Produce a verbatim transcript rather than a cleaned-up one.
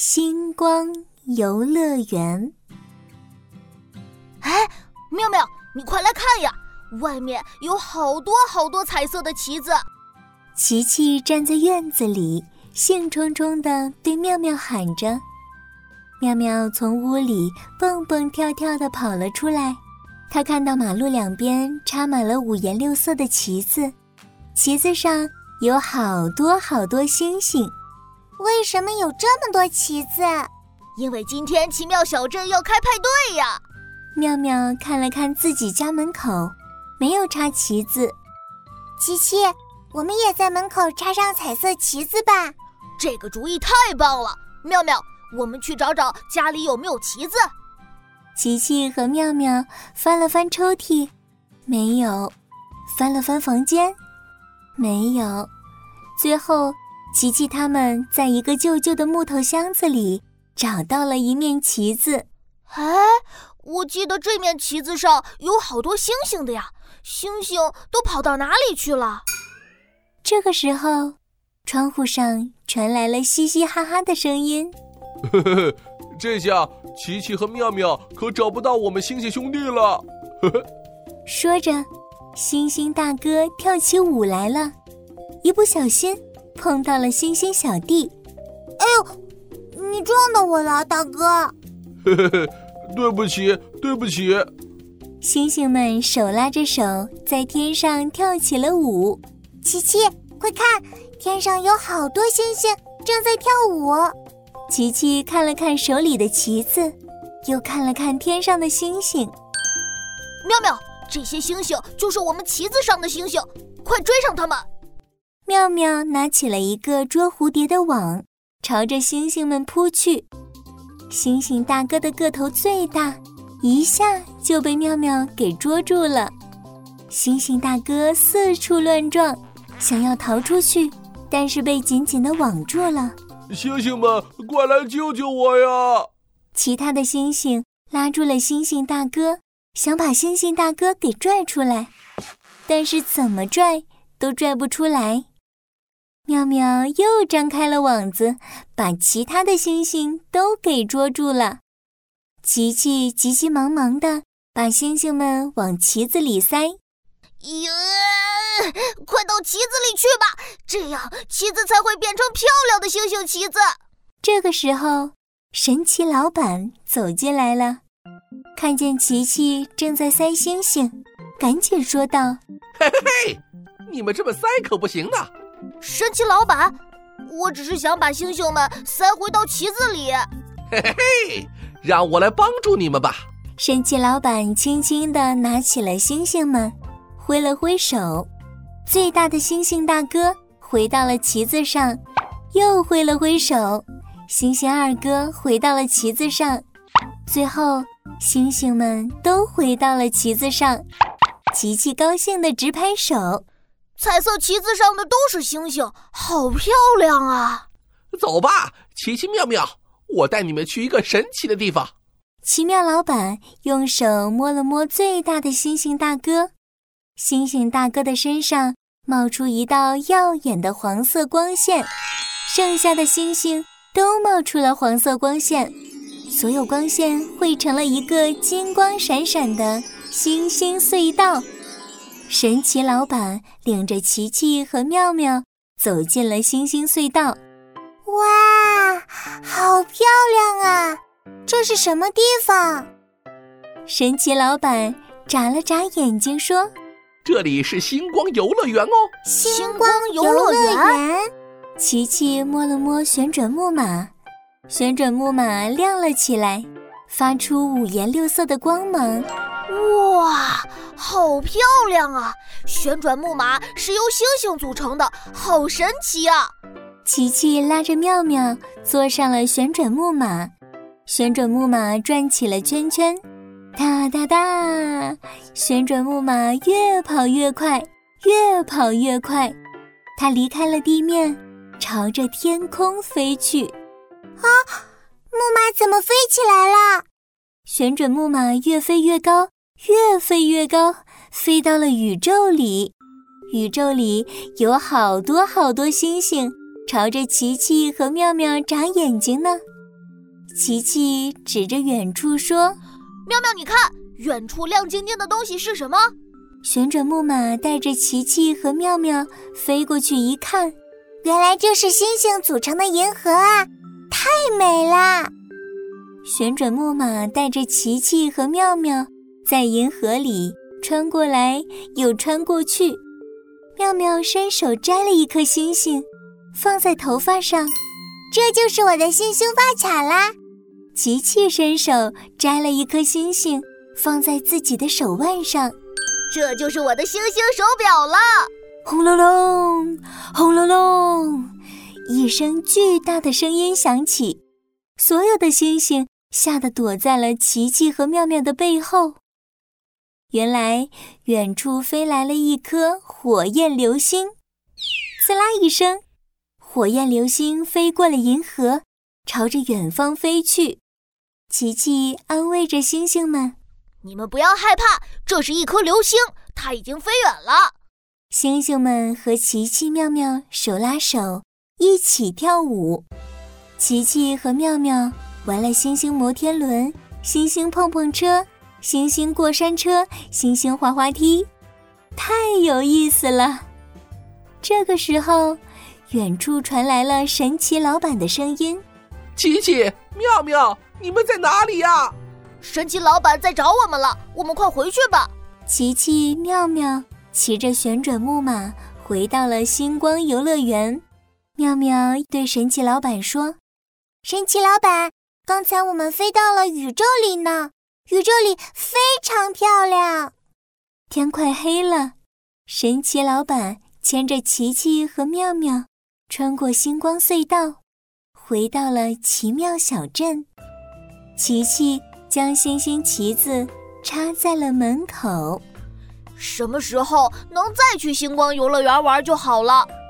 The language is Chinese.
星光游乐园。 哎，妙妙，你快来看呀，外面有好多好多彩色的旗子。 琪琪站在院子里，兴冲冲地对妙妙喊着。妙妙从屋里蹦蹦跳跳地跑了出来，她看到马路两边插满了五颜六色的旗子，旗子上有好多好多星星。 为什么有这么多旗子？ 因为今天奇妙小镇要开派对呀。 妙妙看了看自己家门口，没有插旗子。 琪琪，我们也在门口插上彩色旗子吧。 这个主意太棒了，妙妙，我们去找找家里有没有旗子。 琪琪和妙妙翻了翻抽屉，没有；翻了翻房间，没有。最后琪琪他们在一个旧旧的木头箱子里找到了一面旗子。 哎，我记得这面旗子上有好多星星的呀，星星都跑到哪里去了？ 这个时候，窗户上传来了嘻嘻哈哈的声音。 呵呵呵，这下琪琪和妙妙可找不到我们星星兄弟了。呵呵。 说着，星星大哥跳起舞来了，一不小心碰到了星星小弟。 哎呦，你撞到我了，大哥。 呵呵呵，对不起，对不起。 星星们手拉着手在天上跳起了舞。 琪琪，快看，天上有好多星星正在跳舞。 琪琪看了看手里的旗子，又看了看天上的星星。 妙妙，这些星星就是我们旗子上的星星，快追上它们。 妙妙拿起了一个捉蝴蝶的网，朝着星星们扑去。星星大哥的个头最大，一下就被妙妙给捉住了。星星大哥四处乱撞，想要逃出去，但是被紧紧地网住了。 星星们，快来救救我呀！ 其他的星星拉住了星星大哥，想把星星大哥给拽出来，但是怎么拽都拽不出来。妙妙又张开了网子，把其他的星星都给捉住了。琪琪急急忙忙地把星星们往旗子里塞。 呀，快到旗子里去吧，这样旗子才会变成漂亮的星星旗子。 这个时候，神奇老板走进来了，看见琪琪正在塞星星，赶紧说道： 嘿嘿嘿，你们这么塞可不行的。 神奇老板，我只是想把星星们塞回到旗子里。 嘿嘿嘿，让我来帮助你们吧。 神奇老板轻轻地拿起了星星们，挥了挥手，最大的星星大哥回到了旗子上，又挥了挥手，星星二哥回到了旗子上，最后星星们都回到了旗子上。琪琪高兴地直拍手， 彩色旗子上的都是星星，好漂亮啊！ 走吧，奇奇妙妙，我带你们去一个神奇的地方。 奇妙老板用手摸了摸最大的星星大哥，星星大哥的身上冒出一道耀眼的黄色光线，剩下的星星都冒出了黄色光线，所有光线汇成了一个金光闪闪的星星隧道。神奇老板领着琪琪和妙妙走进了星星隧道。 哇，好漂亮啊！这是什么地方？ 神奇老板眨了眨眼睛说： 这里是星光游乐园哦。 星光游乐园。 琪琪摸了摸旋转木马，旋转木马亮了起来，发出五颜六色的光芒。 哇，好漂亮啊！旋转木马是由星星组成的，好神奇啊！ 琪琪拉着妙妙坐上了旋转木马，旋转木马转起了圈圈，哒哒哒，旋转木马越跑越快，越跑越快，它离开了地面，朝着天空飞去。 啊，木马怎么飞起来了？ 旋转木马越飞越高，越飞越高，飞到了宇宙里。宇宙里有好多好多星星，朝着琪琪和妙妙眨眼睛呢。 琪琪指着远处说：“ 妙妙，你看，远处亮晶晶的东西是什么？” 旋转木马带着琪琪和妙妙飞过去一看， 原来这是星星组成的银河啊，太美了！ 旋转木马带着琪琪和妙妙在银河里穿过来又穿过去。妙妙伸手摘了一颗星星，放在头发上， 这就是我的星星发卡啦。 琪琪伸手摘了一颗星星，放在自己的手腕上， 这就是我的星星手表了。 轰隆隆，轰隆隆，一声巨大的声音响起，所有的星星吓得躲在了琪琪和妙妙的背后。原来远处飞来了一颗火焰流星，刺啦一声，火焰流星飞过了银河，朝着远方飞去。琪琪安慰着星星们：“ 你们不要害怕，这是一颗流星，它已经飞远了。” 星星们和琪琪、妙妙手拉手一起跳舞。琪琪和妙妙玩了星星摩天轮、星星碰碰车、星星过山车、星星滑滑梯，太有意思了。这个时候，远处传来了神奇老板的声音：“ 琪琪、妙妙，你们在哪里呀？” 神奇老板在找我们了，我们快回去吧。 琪琪、妙妙骑着旋转木马回到了星光游乐园。妙妙对神奇老板说：“ 神奇老板，刚才我们飞到了宇宙里呢，宇宙里非常漂亮。” 天快黑了，神奇老板牵着琪琪和妙妙穿过星光隧道，回到了奇妙小镇。琪琪将星星旗子插在了门口。 什么时候能再去星光游乐园玩就好了。